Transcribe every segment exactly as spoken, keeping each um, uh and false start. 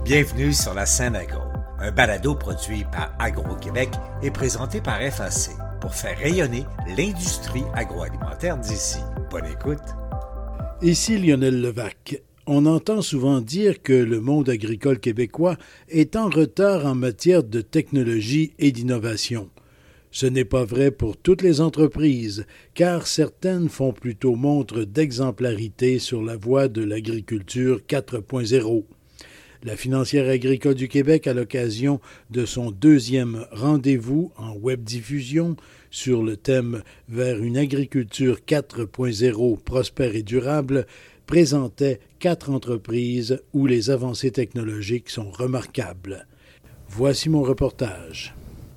Bienvenue sur la scène agro, un balado produit par Agro-Québec et présenté par F A C pour faire rayonner l'industrie agroalimentaire d'ici. Bonne écoute. Ici Lionel Levac. On entend souvent dire que le monde agricole québécois est en retard en matière de technologie et d'innovation. Ce n'est pas vrai pour toutes les entreprises, car certaines font plutôt montre d'exemplarité sur la voie de l'agriculture quatre point zéro. La Financière agricole du Québec, à l'occasion de son deuxième rendez-vous en web-diffusion sur le thème « Vers une agriculture quatre point zéro prospère et durable », présentait quatre entreprises où les avancées technologiques sont remarquables. Voici mon reportage.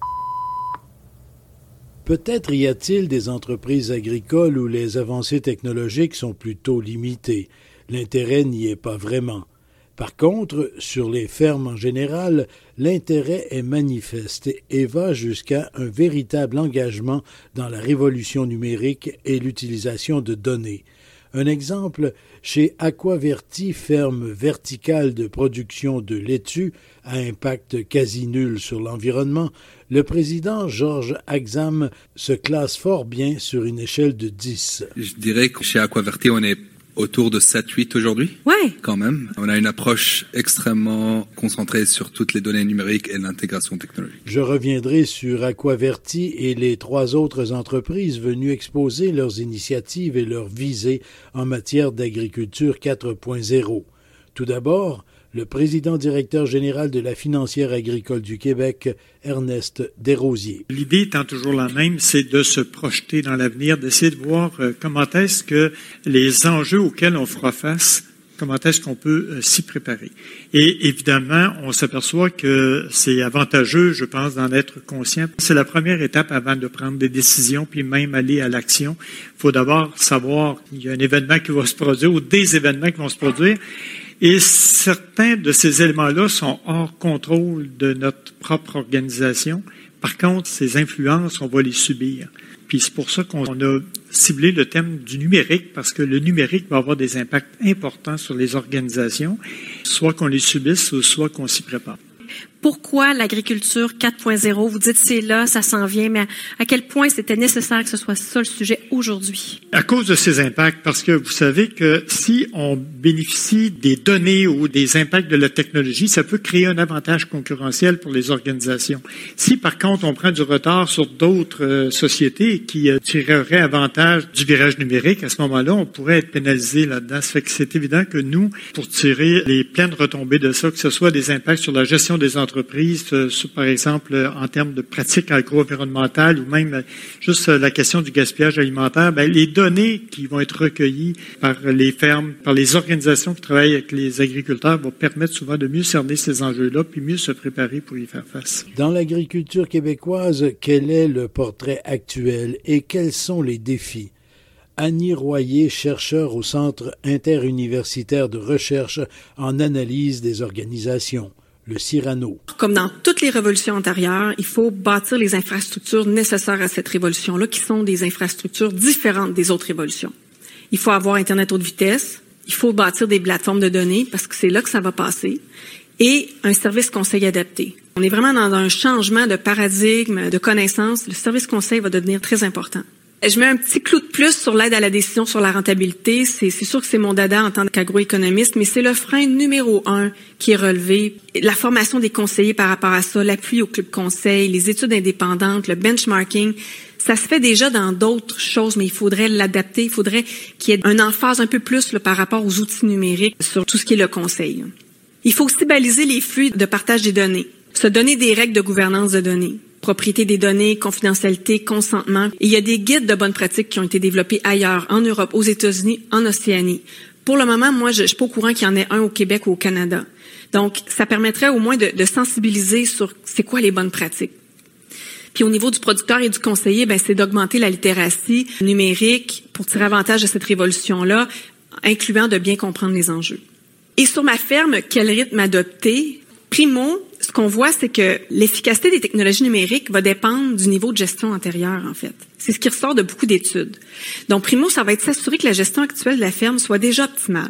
Peut-être y a-t-il des entreprises agricoles où les avancées technologiques sont plutôt limitées. L'intérêt n'y est pas vraiment. Par contre, sur les fermes en général, l'intérêt est manifeste et va jusqu'à un véritable engagement dans la révolution numérique et l'utilisation de données. Un exemple, chez Aquaverti, ferme verticale de production de laitue à impact quasi nul sur l'environnement, le président Georges Axam se classe fort bien sur une échelle de dix. Je dirais que chez Aquaverti, on est autour de sept huit aujourd'hui. Ouais. Quand même. On a une approche extrêmement concentrée sur toutes les données numériques et l'intégration technologique. Je reviendrai sur Aquaverti et les trois autres entreprises venues exposer leurs initiatives et leurs visées en matière d'agriculture quatre point zéro. Tout d'abord, le président directeur général de la Financière agricole du Québec, Ernest Desrosiers. L'idée étant toujours la même, c'est de se projeter dans l'avenir, d'essayer de voir euh, comment est-ce que les enjeux auxquels on fera face, comment est-ce qu'on peut euh, s'y préparer. Et évidemment, on s'aperçoit que c'est avantageux, je pense, d'en être conscient. C'est la première étape avant de prendre des décisions, puis même aller à l'action. Il faut d'abord savoir qu'il y a un événement qui va se produire ou des événements qui vont se produire. Et certains de ces éléments-là sont hors contrôle de notre propre organisation. Par contre, ces influences, on va les subir. Puis c'est pour ça qu'on a ciblé le thème du numérique, parce que le numérique va avoir des impacts importants sur les organisations, soit qu'on les subisse ou soit qu'on s'y prépare. Pourquoi l'agriculture quatre point zéro? Vous dites c'est là, ça s'en vient, mais à quel point c'était nécessaire que ce soit ça le sujet aujourd'hui? À cause de ces impacts, parce que vous savez que si on bénéficie des données ou des impacts de la technologie, ça peut créer un avantage concurrentiel pour les organisations. Si par contre on prend du retard sur d'autres euh, sociétés qui euh, tireraient avantage du virage numérique, à ce moment-là, on pourrait être pénalisé là-dedans. Ça fait que c'est évident que nous, pour tirer les pleines retombées de ça, que ce soit des impacts sur la gestion des entreprises, entreprises, par exemple, en termes de pratiques agro-environnementales ou même juste la question du gaspillage alimentaire, bien, les données qui vont être recueillies par les fermes, par les organisations qui travaillent avec les agriculteurs vont permettre souvent de mieux cerner ces enjeux-là puis mieux se préparer pour y faire face. Dans l'agriculture québécoise, quel est le portrait actuel et quels sont les défis? Annie Royer, chercheur au Centre interuniversitaire de recherche en analyse des organisations. Le Cyrano. Comme dans toutes les révolutions antérieures, il faut bâtir les infrastructures nécessaires à cette révolution-là, qui sont des infrastructures différentes des autres révolutions. Il faut avoir Internet haute vitesse, il faut bâtir des plateformes de données, parce que c'est là que ça va passer, et un service conseil adapté. On est vraiment dans un changement de paradigme, de connaissances. Le service conseil va devenir très important. Je mets un petit clou de plus sur l'aide à la décision sur la rentabilité. C'est, c'est sûr que c'est mon dada en tant qu'agroéconomiste, mais c'est le frein numéro un qui est relevé. La formation des conseillers par rapport à ça, l'appui au club conseil, les études indépendantes, le benchmarking, ça se fait déjà dans d'autres choses, mais il faudrait l'adapter. Il faudrait qu'il y ait un emphase un peu plus là, par rapport aux outils numériques sur tout ce qui est le conseil. Il faut aussi baliser les flux de partage des données, se donner des règles de gouvernance de données. Propriété des données, confidentialité, consentement. Et il y a des guides de bonnes pratiques qui ont été développés ailleurs, en Europe, aux États-Unis, en Océanie. Pour le moment, moi, je ne suis pas au courant qu'il y en ait un au Québec ou au Canada. Donc, ça permettrait au moins de, de sensibiliser sur c'est quoi les bonnes pratiques. Puis au niveau du producteur et du conseiller, ben c'est d'augmenter la littératie numérique pour tirer avantage de cette révolution-là, incluant de bien comprendre les enjeux. Et sur ma ferme, quel rythme adopter? Primo, ce qu'on voit, c'est que l'efficacité des technologies numériques va dépendre du niveau de gestion antérieur, en fait. C'est ce qui ressort de beaucoup d'études. Donc, primo, ça va être s'assurer que la gestion actuelle de la ferme soit déjà optimale.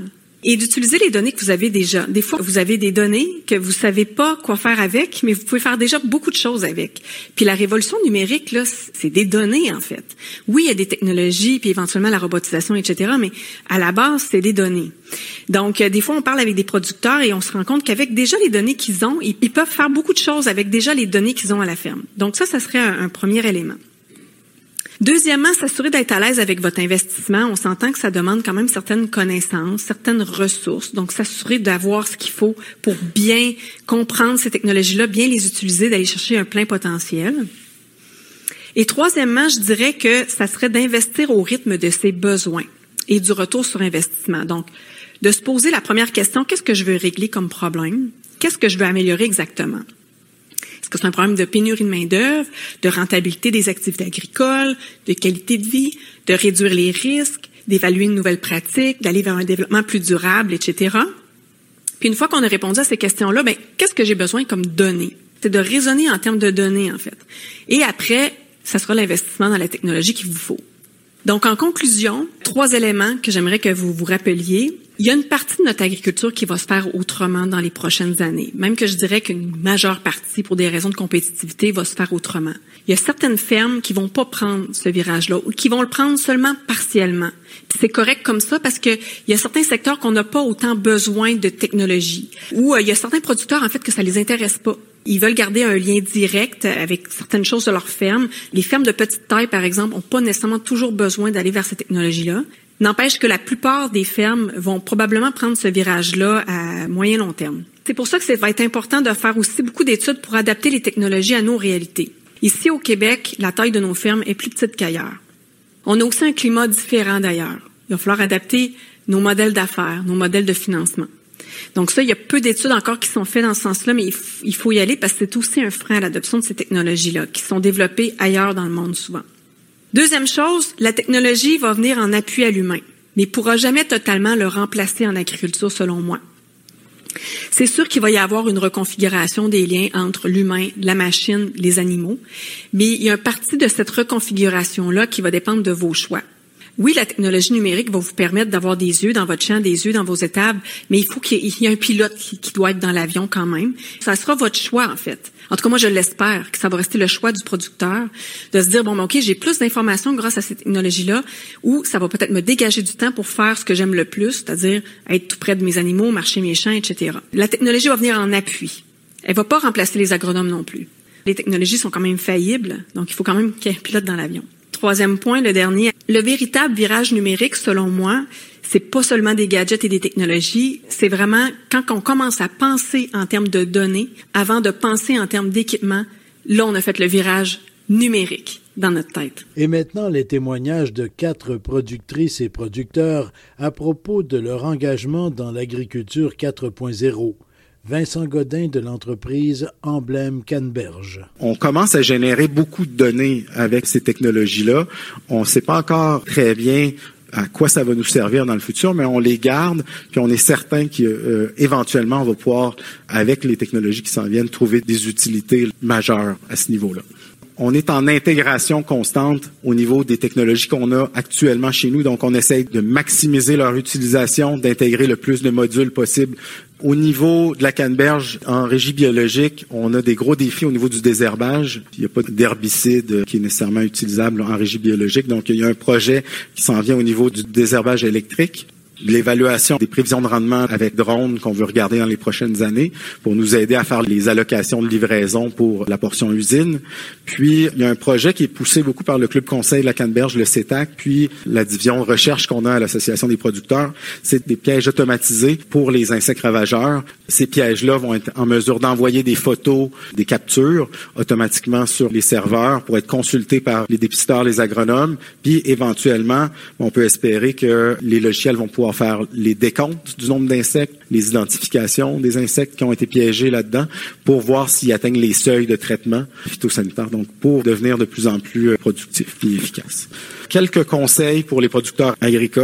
et d'utiliser les données que vous avez déjà. Des fois, vous avez des données que vous savez pas quoi faire avec, mais vous pouvez faire déjà beaucoup de choses avec. Puis la révolution numérique, là, c'est des données, en fait. Oui, il y a des technologies, puis éventuellement la robotisation, et cetera, mais à la base, c'est des données. Donc, euh, des fois, on parle avec des producteurs et on se rend compte qu'avec déjà les données qu'ils ont, ils, ils peuvent faire beaucoup de choses avec déjà les données qu'ils ont à la ferme. Donc ça, ça serait un, un premier élément. Deuxièmement, s'assurer d'être à l'aise avec votre investissement. On s'entend que ça demande quand même certaines connaissances, certaines ressources. Donc, s'assurer d'avoir ce qu'il faut pour bien comprendre ces technologies-là, bien les utiliser, d'aller chercher un plein potentiel. Et troisièmement, je dirais que ça serait d'investir au rythme de ses besoins et du retour sur investissement. Donc, de se poser la première question, qu'est-ce que je veux régler comme problème? Qu'est-ce que je veux améliorer exactement? Est-ce que c'est un problème de pénurie de main-d'œuvre, de rentabilité des activités agricoles, de qualité de vie, de réduire les risques, d'évaluer une nouvelle pratique, d'aller vers un développement plus durable, et cetera. Puis une fois qu'on a répondu à ces questions-là, ben qu'est-ce que j'ai besoin comme données? C'est de raisonner en termes de données, en fait. Et après, ça sera l'investissement dans la technologie qu'il vous faut. Donc, en conclusion, trois éléments que j'aimerais que vous vous rappeliez. Il y a une partie de notre agriculture qui va se faire autrement dans les prochaines années. Même que je dirais qu'une majeure partie, pour des raisons de compétitivité, va se faire autrement. Il y a certaines fermes qui vont pas prendre ce virage-là ou qui vont le prendre seulement partiellement. Puis c'est correct comme ça parce que il y a certains secteurs qu'on n'a pas autant besoin de technologie. Ou euh, il y a certains producteurs, en fait, que ça les intéresse pas. Ils veulent garder un lien direct avec certaines choses de leur ferme. Les fermes de petite taille, par exemple, n'ont pas nécessairement toujours besoin d'aller vers ces technologies-là. N'empêche que la plupart des fermes vont probablement prendre ce virage-là à moyen long terme. C'est pour ça que ça va être important de faire aussi beaucoup d'études pour adapter les technologies à nos réalités. Ici, au Québec, la taille de nos fermes est plus petite qu'ailleurs. On a aussi un climat différent d'ailleurs. Il va falloir adapter nos modèles d'affaires, nos modèles de financement. Donc ça, il y a peu d'études encore qui sont faites dans ce sens-là, mais il faut y aller parce que c'est aussi un frein à l'adoption de ces technologies-là, qui sont développées ailleurs dans le monde souvent. Deuxième chose, la technologie va venir en appui à l'humain, mais ne pourra jamais totalement le remplacer en agriculture, selon moi. C'est sûr qu'il va y avoir une reconfiguration des liens entre l'humain, la machine, les animaux, mais il y a une partie de cette reconfiguration-là qui va dépendre de vos choix. Oui, la technologie numérique va vous permettre d'avoir des yeux dans votre champ, des yeux dans vos étables, mais il faut qu'il y ait, il y ait un pilote qui, qui doit être dans l'avion quand même. Ça sera votre choix, en fait. En tout cas, moi, je l'espère, que ça va rester le choix du producteur de se dire, bon, ben, OK, j'ai plus d'informations grâce à cette technologie-là, ou ça va peut-être me dégager du temps pour faire ce que j'aime le plus, c'est-à-dire être tout près de mes animaux, marcher mes champs, et cetera. La technologie va venir en appui. Elle va pas remplacer les agronomes non plus. Les technologies sont quand même faillibles, donc il faut quand même qu'il y ait un pilote dans l'avion. Troisième point, le dernier. Le véritable virage numérique, selon moi, c'est pas seulement des gadgets et des technologies, c'est vraiment quand on commence à penser en termes de données, avant de penser en termes d'équipement, là, on a fait le virage numérique dans notre tête. Et maintenant, les témoignages de quatre productrices et producteurs à propos de leur engagement dans l'agriculture quatre point zéro. Vincent Godin de l'entreprise Emblème Canneberge. On commence à générer beaucoup de données avec ces technologies-là. On ne sait pas encore très bien à quoi ça va nous servir dans le futur, mais on les garde, puis on est certain qu'éventuellement, euh, on va pouvoir, avec les technologies qui s'en viennent, trouver des utilités majeures à ce niveau-là. On est en intégration constante au niveau des technologies qu'on a actuellement chez nous, donc on essaye de maximiser leur utilisation, d'intégrer le plus de modules possible. Au niveau de la canneberge, en régie biologique, on a des gros défis au niveau du désherbage. Il n'y a pas d'herbicide qui est nécessairement utilisable en régie biologique, donc il y a un projet qui s'en vient au niveau du désherbage électrique. L'évaluation des prévisions de rendement avec drone qu'on veut regarder dans les prochaines années pour nous aider à faire les allocations de livraison pour la portion usine. Puis, il y a un projet qui est poussé beaucoup par le Club Conseil de la Canneberge, le C E T A C, puis la division recherche qu'on a à l'Association des producteurs. C'est des pièges automatisés pour les insectes ravageurs. Ces pièges-là vont être en mesure d'envoyer des photos, des captures automatiquement sur les serveurs pour être consultés par les dépisteurs, les agronomes. Puis, éventuellement, on peut espérer que les logiciels vont pouvoir faire les décomptes du nombre d'insectes, les identifications des insectes qui ont été piégés là-dedans pour voir s'ils atteignent les seuils de traitement phytosanitaire, donc pour devenir de plus en plus productifs et efficaces. Quelques conseils pour les producteurs agricoles.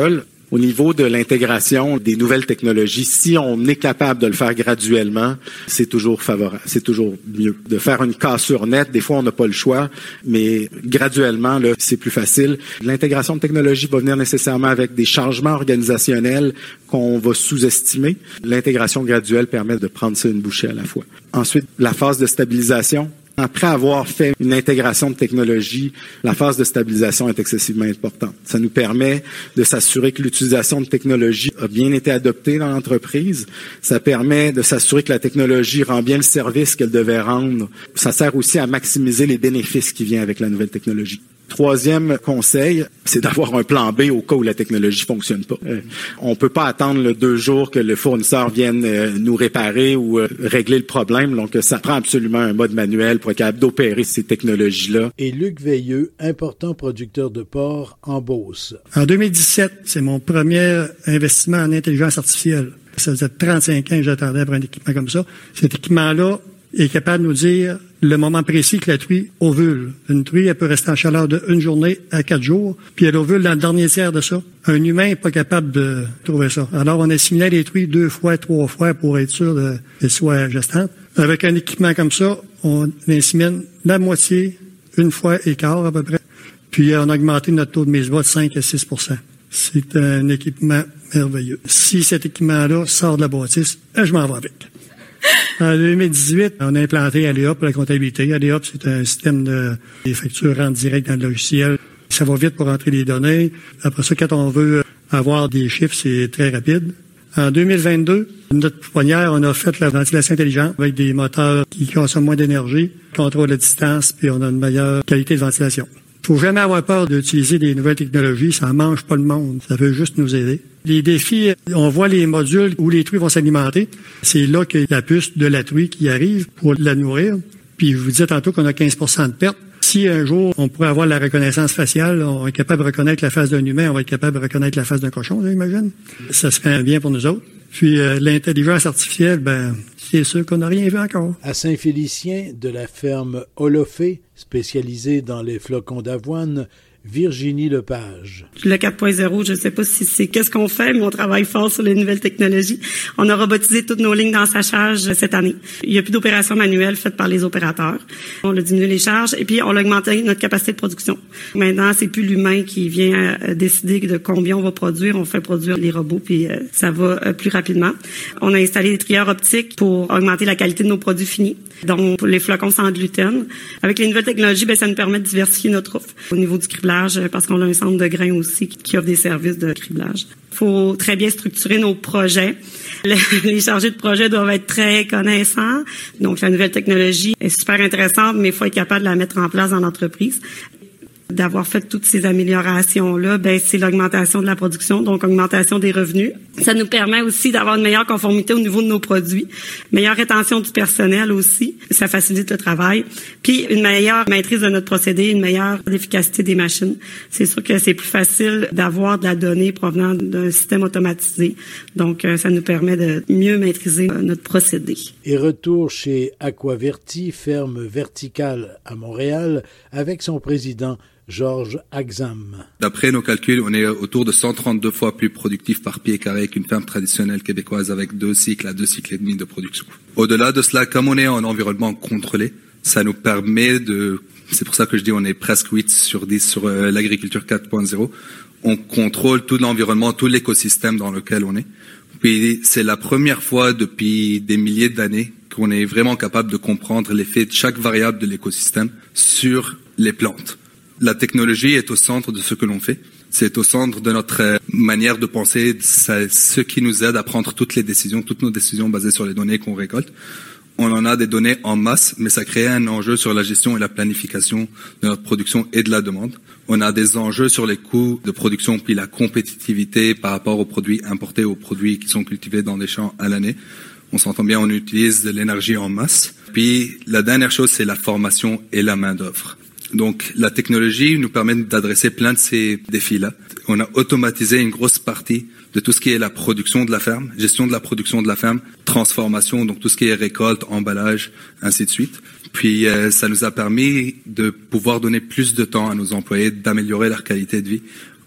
Au niveau de l'intégration des nouvelles technologies, si on est capable de le faire graduellement, c'est toujours favorable, c'est toujours mieux. De faire une cassure nette, des fois on n'a pas le choix, mais graduellement, là, c'est plus facile. L'intégration de technologie va venir nécessairement avec des changements organisationnels qu'on va sous-estimer. L'intégration graduelle permet de prendre ça une bouchée à la fois. Ensuite, la phase de stabilisation. Après avoir fait une intégration de technologie, la phase de stabilisation est excessivement importante. Ça nous permet de s'assurer que l'utilisation de technologie a bien été adoptée dans l'entreprise. Ça permet de s'assurer que la technologie rend bien le service qu'elle devait rendre. Ça sert aussi à maximiser les bénéfices qui viennent avec la nouvelle technologie. Troisième conseil, c'est d'avoir un plan B au cas où la technologie fonctionne pas. Euh, on peut pas attendre le deux jours que le fournisseur vienne euh, nous réparer ou euh, régler le problème. Donc, ça prend absolument un mode manuel pour être capable d'opérer ces technologies-là. Et Luc Veilleux, important producteur de porc en Beauce. En deux mille dix-sept, c'est mon premier investissement en intelligence artificielle. Ça faisait trente-cinq ans que j'attendais pour un équipement comme ça. Cet équipement-là est capable de nous dire le moment précis que la truie ovule. Une truie, elle peut rester en chaleur de une journée à quatre jours, puis elle ovule dans le dernier tiers de ça. Un humain n'est pas capable de trouver ça. Alors, on assimilait les truies deux fois, trois fois pour être sûr qu'elles soient gestantes. Avec un équipement comme ça, on insémine la moitié, une fois et quart à peu près. Puis, on a augmenté notre taux de mise bas de cinq à six pour cent. C'est un équipement merveilleux. Si cet équipement-là sort de la bâtisse, je m'en vais avec. En deux mille dix-huit, on a implanté Aléa pour la comptabilité. Aléa, c'est un système de des factures en direct dans le logiciel. Ça va vite pour rentrer les données. Après ça, quand on veut avoir des chiffres, c'est très rapide. En deux mille vingt-deux, notre pouponnière, on a fait la ventilation intelligente avec des moteurs qui consomment moins d'énergie, contrôlent la distance, puis on a une meilleure qualité de ventilation. Faut jamais avoir peur d'utiliser des nouvelles technologies, ça mange pas le monde, ça veut juste nous aider. Les défis, on voit les modules où les truies vont s'alimenter. C'est là qu'il y a la puce de la truie qui arrive pour la nourrir. Puis je vous disais tantôt qu'on a quinze pour cent de perte. Si un jour, on pourrait avoir la reconnaissance faciale, on est capable de reconnaître la face d'un humain, on va être capable de reconnaître la face d'un cochon, j'imagine. Ça serait un bien pour nous autres. Puis euh, l'intelligence artificielle, ben c'est sûr qu'on n'a rien vu encore. À Saint-Félicien, de la ferme Olofé, spécialisée dans les flocons d'avoine, Virginie Lepage. Le quatre point zéro, je ne sais pas si c'est qu'est-ce qu'on fait, mais on travaille fort sur les nouvelles technologies. On a robotisé toutes nos lignes d'ensachage cette année. Il n'y a plus d'opérations manuelles faites par les opérateurs. On a diminué les charges et puis on a augmenté notre capacité de production. Maintenant, c'est plus l'humain qui vient décider de combien on va produire. On fait produire les robots puis ça va plus rapidement. On a installé des trieurs optiques pour augmenter la qualité de nos produits finis, donc les flocons sans gluten. Avec les nouvelles technologies, ben ça nous permet de diversifier notre offre au niveau du criblage, parce qu'on a un centre de grains aussi qui offre des services de criblage. Il faut très bien structurer nos projets. Les chargés de projet doivent être très connaissants. Donc, la nouvelle technologie est super intéressante, mais il faut être capable de la mettre en place dans l'entreprise. D'avoir fait toutes ces améliorations-là, ben c'est l'augmentation de la production, donc augmentation des revenus. Ça nous permet aussi d'avoir une meilleure conformité au niveau de nos produits, meilleure rétention du personnel aussi, ça facilite le travail, puis une meilleure maîtrise de notre procédé, une meilleure efficacité des machines. C'est sûr que c'est plus facile d'avoir de la donnée provenant d'un système automatisé, donc ça nous permet de mieux maîtriser notre procédé. Et retour chez Aquaverti, ferme verticale à Montréal, avec son président Georges Axam. D'après nos calculs, on est autour de cent trente-deux fois plus productif par pied carré qu'une ferme traditionnelle québécoise avec deux cycles à deux cycles et demi de production. Au-delà de cela, comme on est en environnement contrôlé, ça nous permet de, c'est pour ça que je dis on est presque huit sur dix sur euh, l'agriculture quatre point zéro. On contrôle tout l'environnement, tout l'écosystème dans lequel on est. Puis c'est la première fois depuis des milliers d'années qu'on est vraiment capable de comprendre l'effet de chaque variable de l'écosystème sur les plantes. La technologie est au centre de ce que l'on fait. C'est au centre de notre manière de penser. C'est ce qui nous aide à prendre toutes les décisions, toutes nos décisions basées sur les données qu'on récolte. On en a des données en masse, mais ça crée un enjeu sur la gestion et la planification de notre production et de la demande. On a des enjeux sur les coûts de production puis la compétitivité par rapport aux produits importés, aux produits qui sont cultivés dans des champs à l'année. On s'entend bien, on utilise de l'énergie en masse. Puis la dernière chose, c'est la formation et la main-d'œuvre. Donc, la technologie nous permet d'adresser plein de ces défis-là. On a automatisé une grosse partie de tout ce qui est la production de la ferme, gestion de la production de la ferme, transformation, donc tout ce qui est récolte, emballage, ainsi de suite. Puis, euh, ça nous a permis de pouvoir donner plus de temps à nos employés, d'améliorer leur qualité de vie.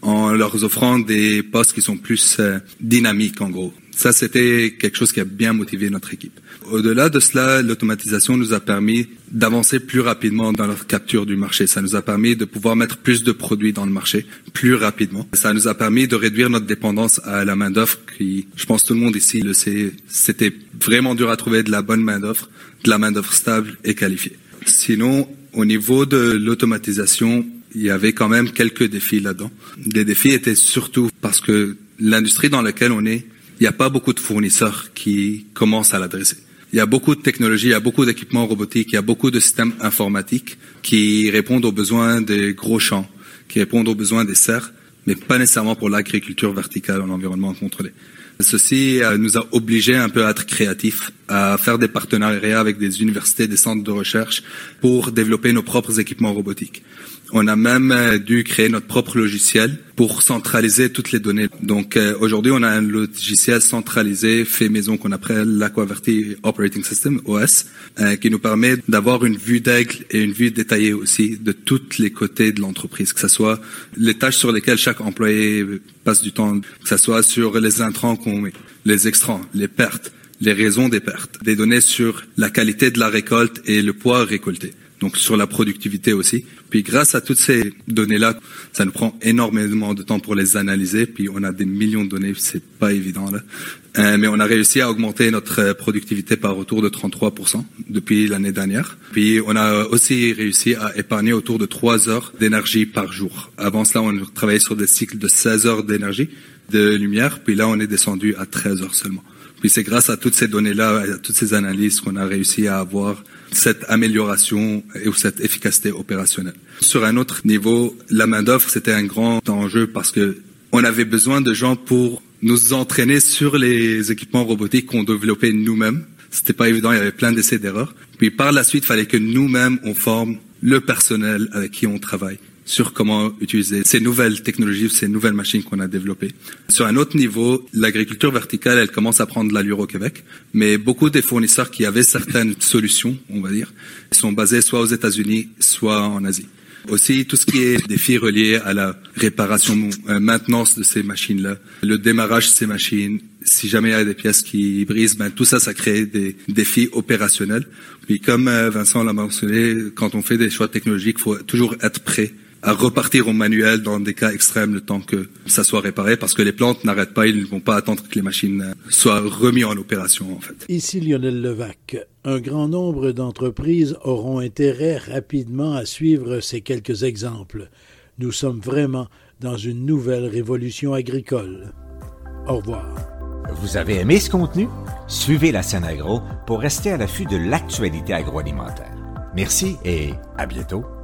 en leur offrant des postes qui sont plus euh, dynamiques en gros. Ça, c'était quelque chose qui a bien motivé notre équipe. Au-delà de cela, l'automatisation nous a permis d'avancer plus rapidement dans la capture du marché. Ça nous a permis de pouvoir mettre plus de produits dans le marché plus rapidement. Ça nous a permis de réduire notre dépendance à la main-d'œuvre qui, je pense tout le monde ici le sait, c'était vraiment dur à trouver de la bonne main-d'œuvre, de la main-d'œuvre stable et qualifiée. Sinon, au niveau de l'automatisation, il y avait quand même quelques défis là-dedans. Les défis étaient surtout parce que l'industrie dans laquelle on est, il n'y a pas beaucoup de fournisseurs qui commencent à l'adresser. Il y a beaucoup de technologies, il y a beaucoup d'équipements robotiques, il y a beaucoup de systèmes informatiques qui répondent aux besoins des gros champs, qui répondent aux besoins des serres, mais pas nécessairement pour l'agriculture verticale en environnement contrôlé. Ceci nous a obligés un peu à être créatifs, à faire des partenariats avec des universités, des centres de recherche pour développer nos propres équipements robotiques. On a même dû créer notre propre logiciel pour centraliser toutes les données. Donc euh, aujourd'hui, on a un logiciel centralisé fait maison qu'on appelle l'Aqaverty Operating System, O S, euh, qui nous permet d'avoir une vue d'aigle et une vue détaillée aussi de tous les côtés de l'entreprise, que ce soit les tâches sur lesquelles chaque employé passe du temps, que ce soit sur les intrants qu'on met, les extrants, les pertes, les raisons des pertes, des données sur la qualité de la récolte et le poids récolté. Donc sur la productivité aussi. Puis grâce à toutes ces données-là, ça nous prend énormément de temps pour les analyser. Puis on a des millions de données, c'est pas évident là. Euh, mais on a réussi à augmenter notre productivité par autour de trente-trois pour cent depuis l'année dernière. Puis on a aussi réussi à épargner autour de trois heures d'énergie par jour. Avant cela, on travaillait sur des cycles de seize heures d'énergie, de lumière. Puis là, on est descendu à treize heures seulement. Puis c'est grâce à toutes ces données-là, à toutes ces analyses qu'on a réussi à avoir cette amélioration et cette efficacité opérationnelle. Sur un autre niveau, la main-d'œuvre, c'était un grand enjeu parce que on avait besoin de gens pour nous entraîner sur les équipements robotiques qu'on développait nous-mêmes. C'était pas évident, il y avait plein d'essais d'erreurs. Puis par la suite, il fallait que nous-mêmes, on forme le personnel avec qui on travaille sur comment utiliser ces nouvelles technologies, ces nouvelles machines qu'on a développées. Sur un autre niveau, l'agriculture verticale, elle commence à prendre de l'allure au Québec, mais beaucoup des fournisseurs qui avaient certaines solutions, on va dire, sont basés soit aux États-Unis, soit en Asie. Aussi, tout ce qui est défis reliés à la réparation, euh, maintenance de ces machines-là, le démarrage de ces machines, si jamais il y a des pièces qui brisent, ben tout ça, ça crée des défis opérationnels. Puis comme euh, Vincent l'a mentionné, quand on fait des choix technologiques, il faut toujours être prêt à repartir au manuel dans des cas extrêmes le temps que ça soit réparé, parce que les plantes n'arrêtent pas, ils ne vont pas attendre que les machines soient remises en opération, en fait. Ici Lionel Levac. Un grand nombre d'entreprises auront intérêt rapidement à suivre ces quelques exemples. Nous sommes vraiment dans une nouvelle révolution agricole. Au revoir. Vous avez aimé ce contenu? Suivez la scène agro pour rester à l'affût de l'actualité agroalimentaire. Merci et à bientôt.